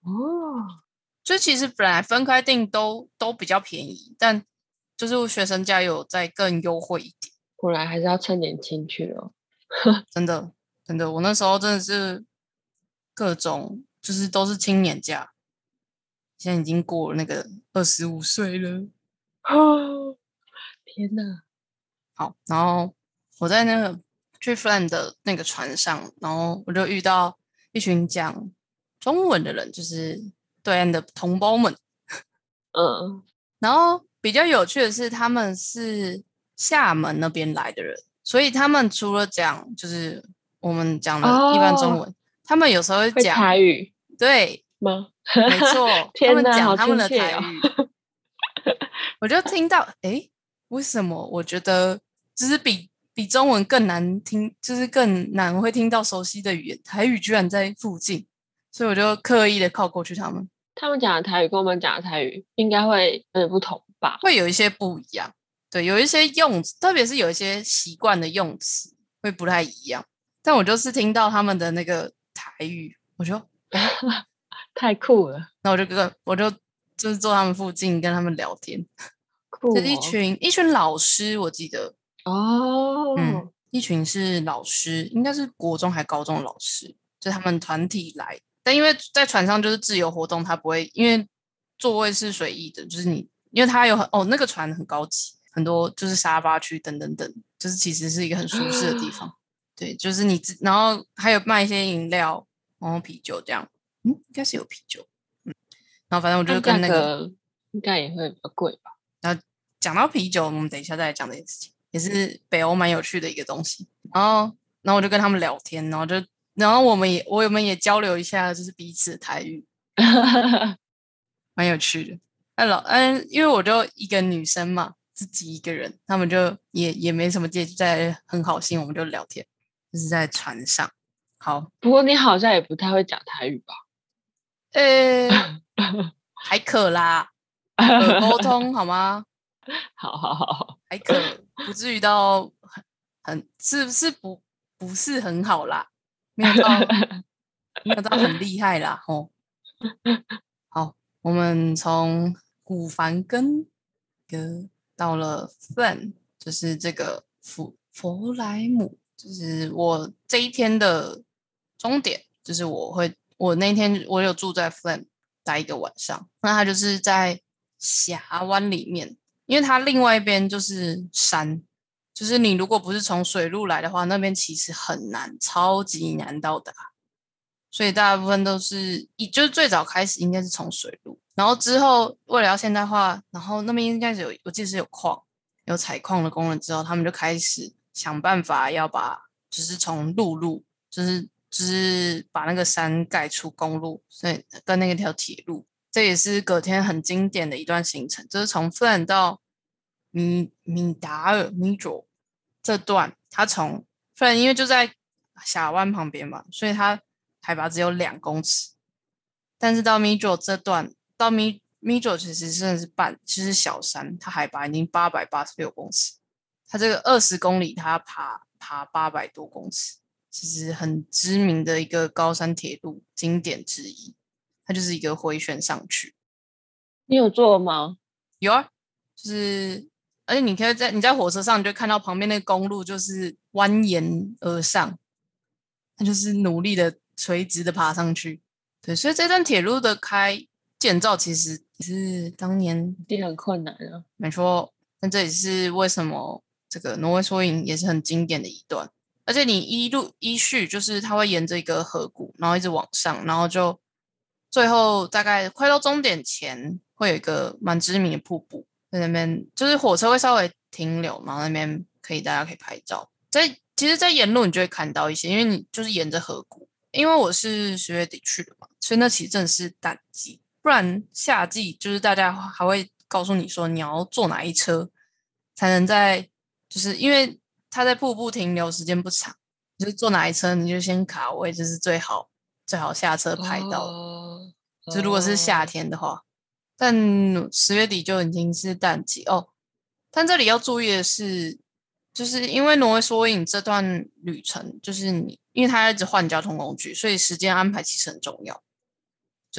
B: 哦，
A: 就其实本来分开订都都比较便宜，但就是学生价有再更优惠一点。
B: 果然还是要趁年轻去哦。
A: 真的真的，我那时候真的是各种就是都是青年价，现在已经过了那个二十五岁了。
B: 哦，天哪！
A: 好，然后我在那个去 Flan 的那个船上，然后我就遇到一群讲中文的人，就是对岸的同胞们。
B: 嗯，
A: 然后比较有趣的是，他们是厦门那边来的人，所以他们除了讲就是我们讲的一般中
B: 哦，
A: 文，他们有时候会
B: 会
A: 讲，
B: 台语
A: 对，
B: 吗？
A: 没错，他们
B: 天哪，好
A: 讲他们的
B: 亲切哦！
A: 台语，我就听到，诶，为什么？我觉得就是比比中文更难听，就是更难会听到熟悉的语言，台语居然在附近，所以我就刻意的靠过去他们。
B: 他们讲的台语跟我们讲的台语应该会有点不同吧？
A: 会有一些不一样，对，有一些用词，特别是有一些习惯的用词会不太一样。但我就是听到他们的那个台语，我就哦，
B: 太酷了，
A: 那我就跟我就就是坐他们附近跟他们聊天，就是一
B: 酷哦！
A: 群一群老师，我记得，嗯，
B: 哦，
A: 一群是老师，应该是国中还高中的老师，就他们团体来，但因为在船上就是自由活动，他不会因为座位是随意的，就是你因为它有很哦那个船很高级，很多就是沙发区等等等，就是其实是一个很舒适的地方。对，就是你自然后还有卖一些饮料，然后啤酒这样，嗯，应该是有啤酒，嗯，然后反正我就
B: 按价
A: 跟那个，
B: 格应该也会比较贵吧？
A: 然后讲到啤酒，我们等一下再来讲这件事情，也是北欧蛮有趣的一个东西。然后，然后我就跟他们聊天，然后就，然后我们也我们也交流一下，就是彼此的台语，蛮有趣的。那老嗯，因为我就一个女生嘛，自己一个人，他们就也也没什么介，在很好心，我们就聊天，就是在船上。好，
B: 不过你好像也不太会讲台语吧？
A: 呃，还可啦，可沟通好吗？
B: 好好好，
A: 还可，不至于到很很是是不不是很好啦，没有到没有到很厉害啦，吼。好，我们从古凡根格到了 Flan，就是这个弗弗莱姆，就是我这一天的终点，就是我会我那天我有住在 Flan 待一个晚上，那它就是在峡湾里面，因为它另外一边就是山，就是你如果不是从水路来的话，那边其实很难，超级难到达。所以大部分都是以就是最早开始应该是从水路，然后之后为了要现代化，然后那边应该是有我记得是有矿有采矿的工人之后，他们就开始想办法要把就是从陆路就是就是把那个山盖出公路，所以跟那个条铁路，这也是隔天很经典的一段行程，就是从富兰到米米达尔米佐这段，它从富兰因为就在峡湾旁边嘛，所以它海拔只有两公尺，但是到 Mijo 这段，到 Mi Mijo 其实真的是半，其实小山，它海拔已经八百八十六公尺，它这个二十公里它爬爬八百多公尺，其实很知名的一个高山铁路经典之一，它就是一个回旋上去。
B: 你有做吗？
A: 有啊，就是而且你可以在你在火车上，你就看到旁边那个公路就是蜿蜒而上，它就是努力的垂直的爬上去。对，所以这段铁路的开建造其实是当年
B: 一定很困难啊。
A: 没错，但这也是为什么这个挪威缩影也是很经典的一段。而且你一路依序，就是它会沿着一个河谷，然后一直往上，然后就最后大概快到终点前，会有一个蛮知名的瀑布，在那边就是火车会稍微停留，然后那边可以大家可以拍照。在其实，在沿路你就会看到一些，因为你就是沿着河谷。因为我是十月底去的嘛，所以那其实真的是淡季，不然夏季就是大家还会告诉你说你要坐哪一车才能在，就是因为它在瀑布停留时间不长，就是坐哪一车你就先卡位，就是最好最好下车拍到。
B: 哦
A: 就如果是夏
B: 哦，
A: 天的话，但十月底就已经是淡季哦。但这里要注意的是，就是因为挪威缩影这段旅程，就是你因为它一直换交通工具，所以时间安排其实很重要。就是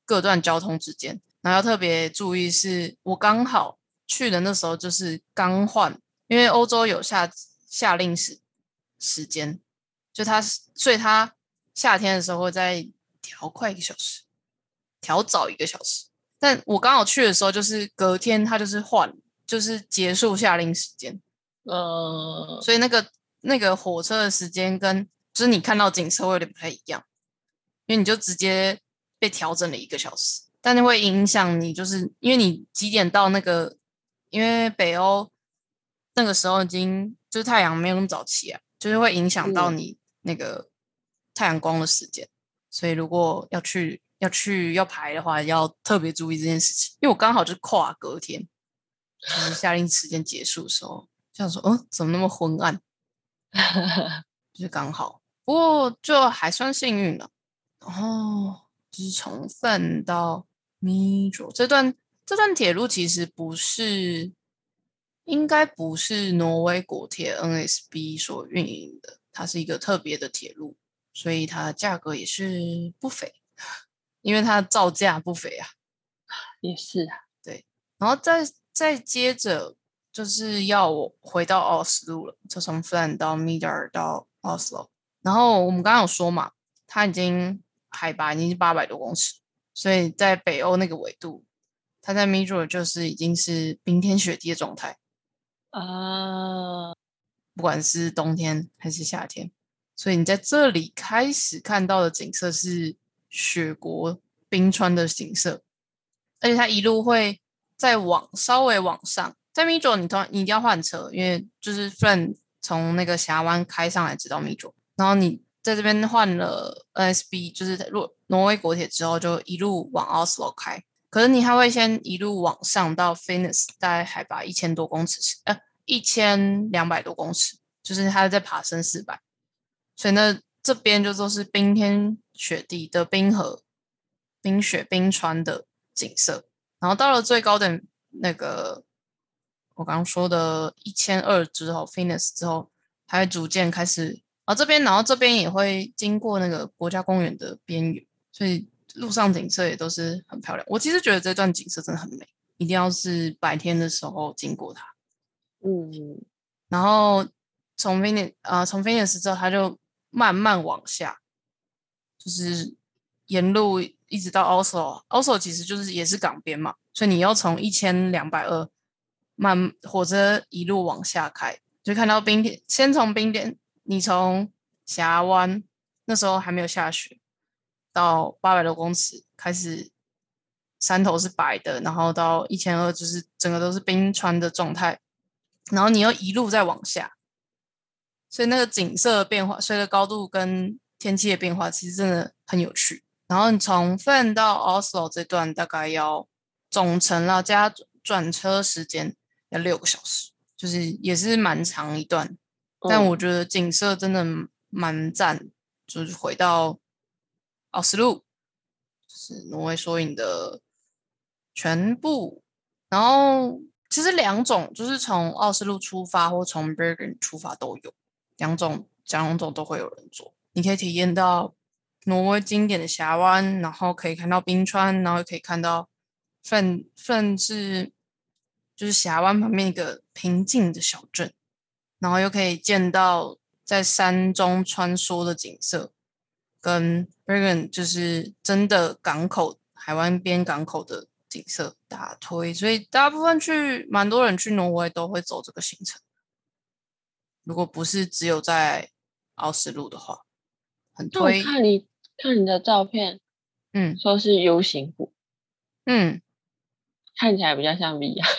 A: 各段交通之间。然后要特别注意是，我刚好去的那时候就是刚换，因为欧洲有夏夏令时时间，就它所以它夏天的时候会再调快一个小时，调早一个小时。但我刚好去的时候，就是隔天它就是换，就是结束夏令时间，
B: 嗯，
A: 所以那个那个火车的时间跟就是你看到景色会有点不太一样，因为你就直接被调整了一个小时，但是会影响你，就是因为你几点到那个，因为北欧那个时候已经就是太阳没有那么早起啊，就是会影响到你那个太阳光的时间，所以如果要去要去要排的话，要特别注意这件事情，因为我刚好就是跨隔天，就是夏令时间结束的时候，这样说，嗯，怎么那么昏暗？就是刚好，不过就还算幸运了。然后就是从份到 Midro 这段这段铁路其实不是，应该不是挪威国铁 N S B 所运营的，它是一个特别的铁路，所以它的价格也是不菲，因为它的造价不菲啊。
B: 也是啊，
A: 对，然后再再接着就是要我回到奥斯陆了，就从 Flan 到 Midar 到 Oslo。然后我们刚刚有说嘛，它已经海拔已经是八百多公尺，所以在北欧那个纬度，它在 Midar 就是已经是冰天雪地的状态，
B: 啊，
A: 不管是冬天还是夏天。所以你在这里开始看到的景色是雪国冰川的景色，而且它一路会再往稍微往上。在 m i d o 你通你一定要换车，因为就是 Friend 从那个峡湾开上来直到 m i d o 然后你在这边换了 N S B，就是挪挪威国铁之后，就一路往 Oslo 开。可是你还会先一路往上到 Finnes，大概海拔一千多公尺，呃，一千两百多公尺，就是它在爬升四百，所以那这边就都是冰天雪地的冰河、冰雪、冰川的景色。然后到了最高点那个我刚刚说的一千二之后 Finnes 之后，还会逐渐开始啊这边，然后这边也会经过那个国家公园的边缘，所以路上景色也都是很漂亮。我其实觉得这段景色真的很美，一定要是白天的时候经过它。
B: 嗯，
A: 然后从 Finnes 啊、呃、从 Finnes 之后，它就慢慢往下，就是沿路一直到 Oslo，Oslo 其实就是也是港边嘛，所以你要从一千两百二慢火车一路往下开，就看到冰点，先从冰点，你从峡湾那时候还没有下雪，到八百多公尺开始山头是白的，然后到一千二就是整个都是冰川的状态，然后你又一路再往下，所以那个景色的变化，随着高度跟天气的变化，其实真的很有趣。然后你从 Fen 到 Oslo 这段大概要总程了加转车时间要六个小时，就是也是蛮长一段。但我
B: 嗯，
A: 觉得景色真的蛮赞，就是回到奥斯陆，就是挪威缩影的全部。然后其实两种就是从奥斯陆出发或从 Bergen 出发都有，两种两种都会有人做。你可以体验到挪威经典的峡湾，然后可以看到冰川，然后可以看到份份是就是峡湾旁边一个平静的小镇，然后又可以见到在山中穿梭的景色，跟 Bergen 就是真的港口海湾边港口的景色大推，所以大部分去蛮多人去挪威都会走这个行程。如果不是只有在奥斯陆的话，很
B: 那我
A: 推。
B: 看你看你的照片，
A: 嗯
B: 说是 U 型骨，
A: 嗯，
B: 看起来比较像 V 啊。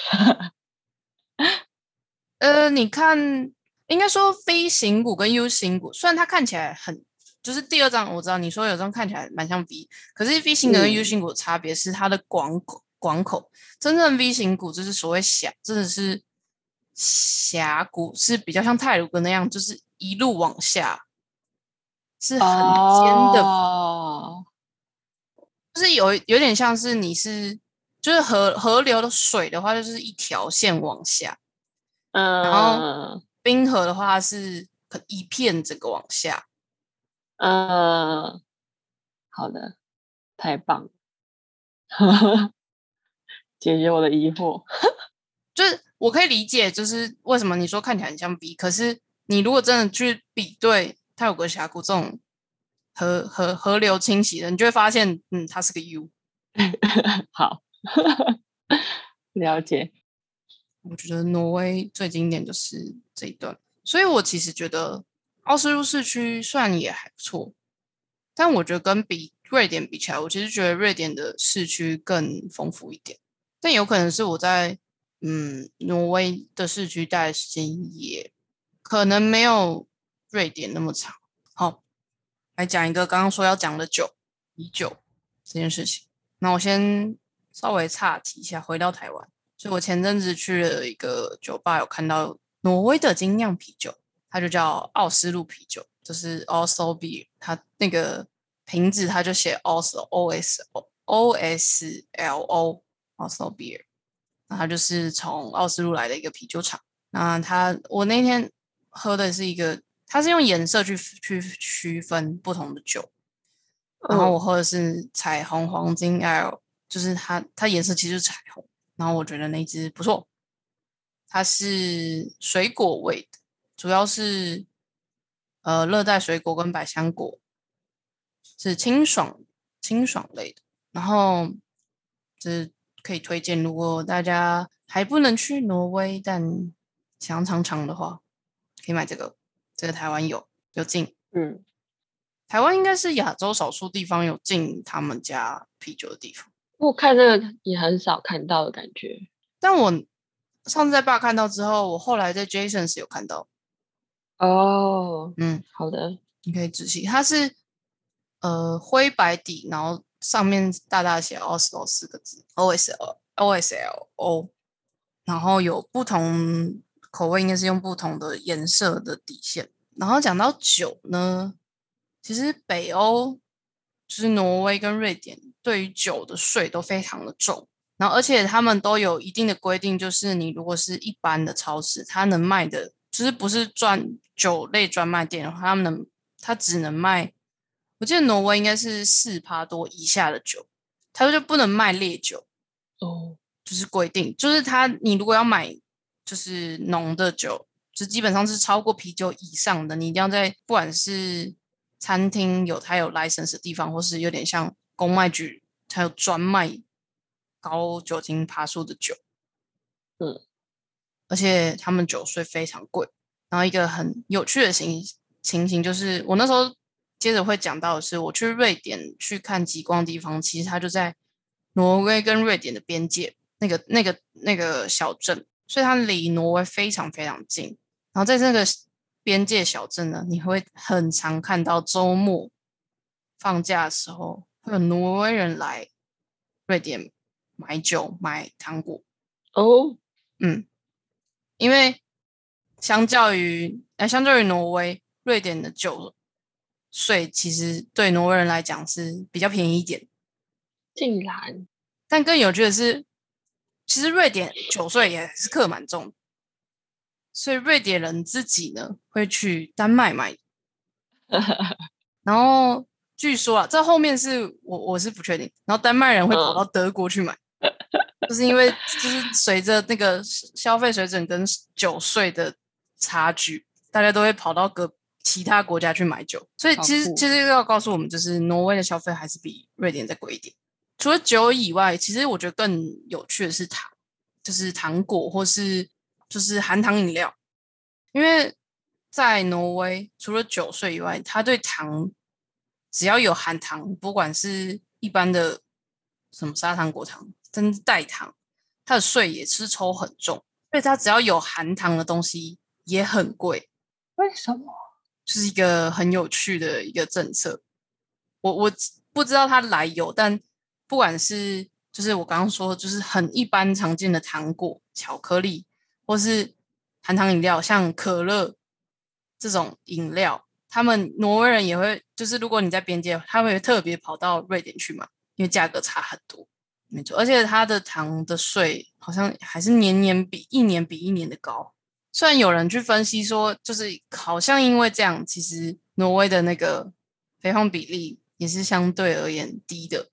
A: 呃，你看，应该说 V 型骨跟 U 型骨，虽然它看起来很，就是第二张我知道你说有张看起来蛮像 V，可是 V 型骨跟 U
B: 嗯，
A: 型骨的差别是它的广口广口，真正 V 型骨就是所谓峡，真的是峡谷，是比较像泰鲁格那样，就是一路往下，是很尖的，
B: 哦，
A: 就是有有点像是你是就是河河流的水的话，就是一条线往下。然后
B: 嗯
A: 冰河的话是一片整个往下，
B: 嗯，好的，太棒了。 解决我的疑惑。
A: 就是我可以理解，就是为什么你说看起来很像 B， 可是你如果真的去比对泰晤格峡谷这种河河河流侵袭的，你就会发现，嗯，它是个 U。
B: 好，了解。
A: 我觉得挪威最经典就是这一段，所以我其实觉得奥斯陆市区虽然也还不错，但我觉得跟比瑞典比起来，我其实觉得瑞典的市区更丰富一点。但有可能是我在嗯挪威的市区待的时间也可能没有瑞典那么长。好，来讲一个刚刚说要讲的酒，啤酒这件事情。那我先稍微岔题一下，回到台湾。所以我前阵子去了一个酒吧，有看到挪威的精酿啤酒，它就叫奥斯陆啤酒，就是 Oslo Beer， 它那个瓶子它就写 Oslo O S O O S L O Oslo Beer， 那它就是从奥斯陆来的一个啤酒厂。那它我那天喝的是一个，它是用颜色去去区分不同的酒，然后我喝的是彩虹黄金 L， 就是它它颜色其实是彩虹。然后我觉得那支不错，它是水果味的，主要是呃热带水果跟百香果，是清爽清爽类的。然后这可以推荐，如果大家还不能去挪威，但想尝尝的话，可以买这个。这个台湾有有进，
B: 嗯，
A: 台湾应该是亚洲少数地方有进他们家啤酒的地方。
B: 我看这个也很少看到的感觉。
A: 但我上次在爸看到之后，我后来在 Jasons 有看到。
B: 哦，
A: 嗯，
B: 好的。
A: 你可以仔细，它是呃灰白底，然后上面大大写 Oslo 四个字 O S L O S L O， 然后有不同口味，应该是用不同的颜色的底线。然后讲到酒呢，其实北欧就是挪威跟瑞典对于酒的税都非常的重。然后而且他们都有一定的规定，就是你如果是一般的超市，它能卖的，就是不是专酒类专卖店的话，他们能，它只能卖，我记得挪威应该是四趴多以下的酒，它就不能卖烈酒，
B: 哦，
A: 就是规定，就是它你如果要买就是浓的酒，就基本上是超过啤酒以上的，你一定要在不管是餐厅有它有 license 的地方，或是有点像公卖局，它有专卖高酒精趴数的酒，
B: 嗯，
A: 而且他们酒税非常贵。然后一个很有趣的情情形就是，我那时候接着会讲到的是，我去瑞典去看极光的地方，其实它就在挪威跟瑞典的边界那个那个那个小镇，所以它离挪威非常非常近。然后在这个边界小镇呢，你会很常看到周末放假的时候，会有挪威人来瑞典买酒、买糖果。
B: 哦，
A: 嗯，因为相较于呃，相较于挪威，瑞典的酒税其实对挪威人来讲是比较便宜一点。
B: 竟然，
A: 但更有趣的是，其实瑞典酒税也是课蛮重的，所以瑞典人自己呢会去丹麦买。然后据说啊，这后面是我我是不确定。然后丹麦人会跑到
B: 嗯，
A: 德国去买，就是因为就是随着那个消费水准跟酒税的差距，大家都会跑到各其他国家去买酒。所以
B: 好酷。
A: 其实其实要告诉我们，就是挪威的消费还是比瑞典再贵一点。除了酒以外，其实我觉得更有趣的是糖，就是糖果或是就是含糖饮料，因为在挪威除了酒税以外，它对糖只要有含糖，不管是一般的什么砂糖、果糖、真代糖，它的税也是抽很重，所以它只要有含糖的东西也很贵，
B: 为什么？
A: 就是一个很有趣的一个政策。我我不知道它来由，但不管是就是我刚刚说，就是很一般常见的糖果、巧克力，或是含糖饮料，像可乐这种饮料，他们挪威人也会，就是如果你在边界，他会特别跑到瑞典去买，因为价格差很多。没错，而且它的糖的税好像还是年年比一年比一年的高。虽然有人去分析说，就是好像因为这样，其实挪威的那个肥胖比例也是相对而言低的，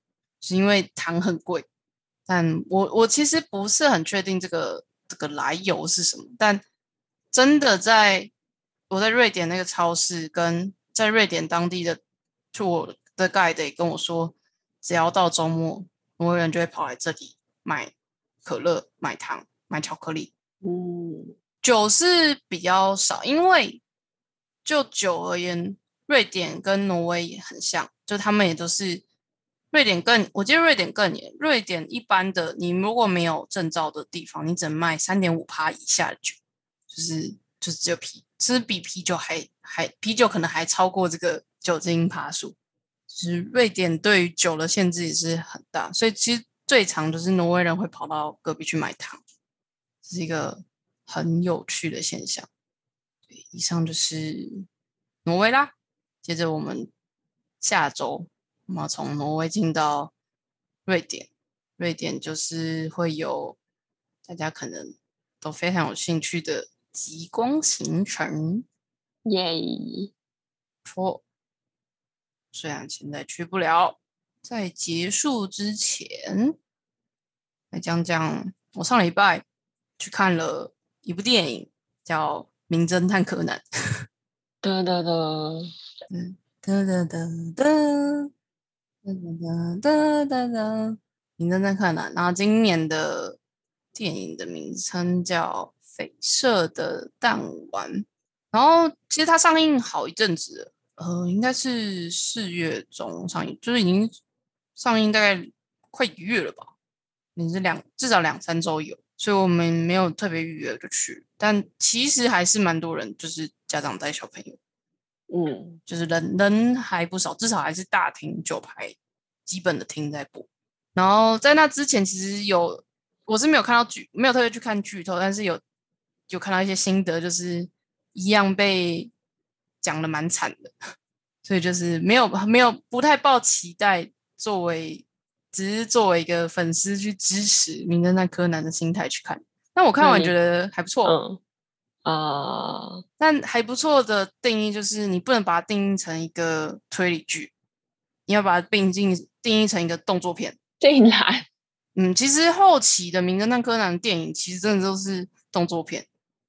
A: 是因为糖很贵。但我我其实不是很确定这个这个来由是什么，但真的在我在瑞典那个超市跟在瑞典当地的 tour 的 guide 跟我说，只要到周末，挪威人就会跑来这里买可乐、买糖、买巧克力。
B: 嗯，
A: 酒是比较少，因为就酒而言，瑞典跟挪威也很像，就他们也都是瑞典更，我记得瑞典更严。瑞典一般的，你如果没有证照的地方，你只能卖三点五趴以下的酒，就是就是只有啤，其实比啤酒还还啤酒可能还超过这个酒精趴数。就是瑞典对于酒的限制也是很大，所以其实最常就是挪威人会跑到隔壁去买糖，这是一个很有趣的现象。对，以上就是挪威啦。接着我们下周我们要从挪威进到瑞典，瑞典就是会有大家可能都非常有兴趣的极光行程。
B: 耶！
A: 说虽然现在去不了，在结束之前来讲讲，我上礼拜去看了一部电影，叫《名侦探柯南》。
B: 哒哒哒，
A: 嗯，哒哒哒哒哒哒哒哒哒，名侦探柯南。然后今年的电影的名称叫《绯色的弹丸》。然后其实它上映好一阵子了，呃，应该是四月中上映，就是已经上映大概快一个月了吧，你是两至少两三周有，所以我们没有特别预约就去，但其实还是蛮多人，就是家长带小朋友。
B: 嗯，
A: 就是人人还不少，至少还是大厅九排基本的厅在播。然后在那之前，其实有我是没有看到剧，没有特别去看剧透，但是有有看到一些心得，就是一样被讲的蛮惨的，所以就是没有没有不太抱期待，作为只是作为一个粉丝去支持《名侦探柯南》的心态去看。但我看完觉
B: 那你
A: 得还不错，
B: 嗯啊，
A: 但还不错的定义就是你不能把它定义成一个推理剧，你要把它并进定义成一个动作片。
B: 竟然
A: 嗯，其实后期的《名侦探柯南》电影其实真的都是动作片，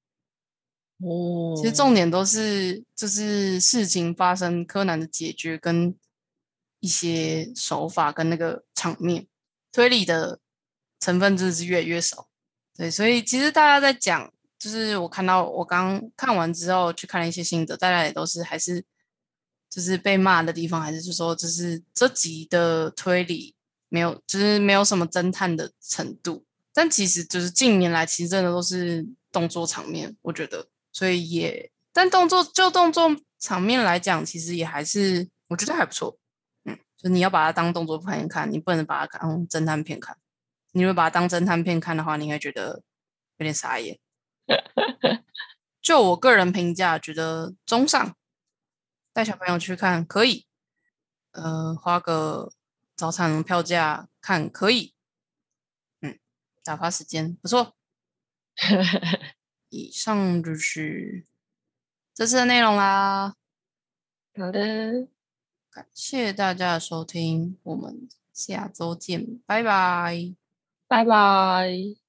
A: 其实重
B: 哦，
A: 点都是就是事情发生、柯南的解决跟一些手法跟那个场面，推理的成分真的是越来越少。对，所以其实大家在讲，就是我看到我刚看完之后去看了一些心得，大家也都是还是就是被骂的地方，还是就说就是这集的推理没有，就是没有什么侦探的程度。但其实就是近年来其实真的都是动作场面，我觉得，所以也但动作就动作场面来讲，其实也还是我觉得还不错。嗯，就你要把它当动作片看，你不能把它当侦探片看。你如果把它当侦探片看的话，你应该觉得有点傻眼。就我个人评价，觉得中上，带小朋友去看可以，呃，花个早场票价看可以，嗯，打发时间不错。以上就是这次的内容啦，
B: 好的，
A: 感谢大家的收听，我们下周见，拜拜。
B: 拜拜。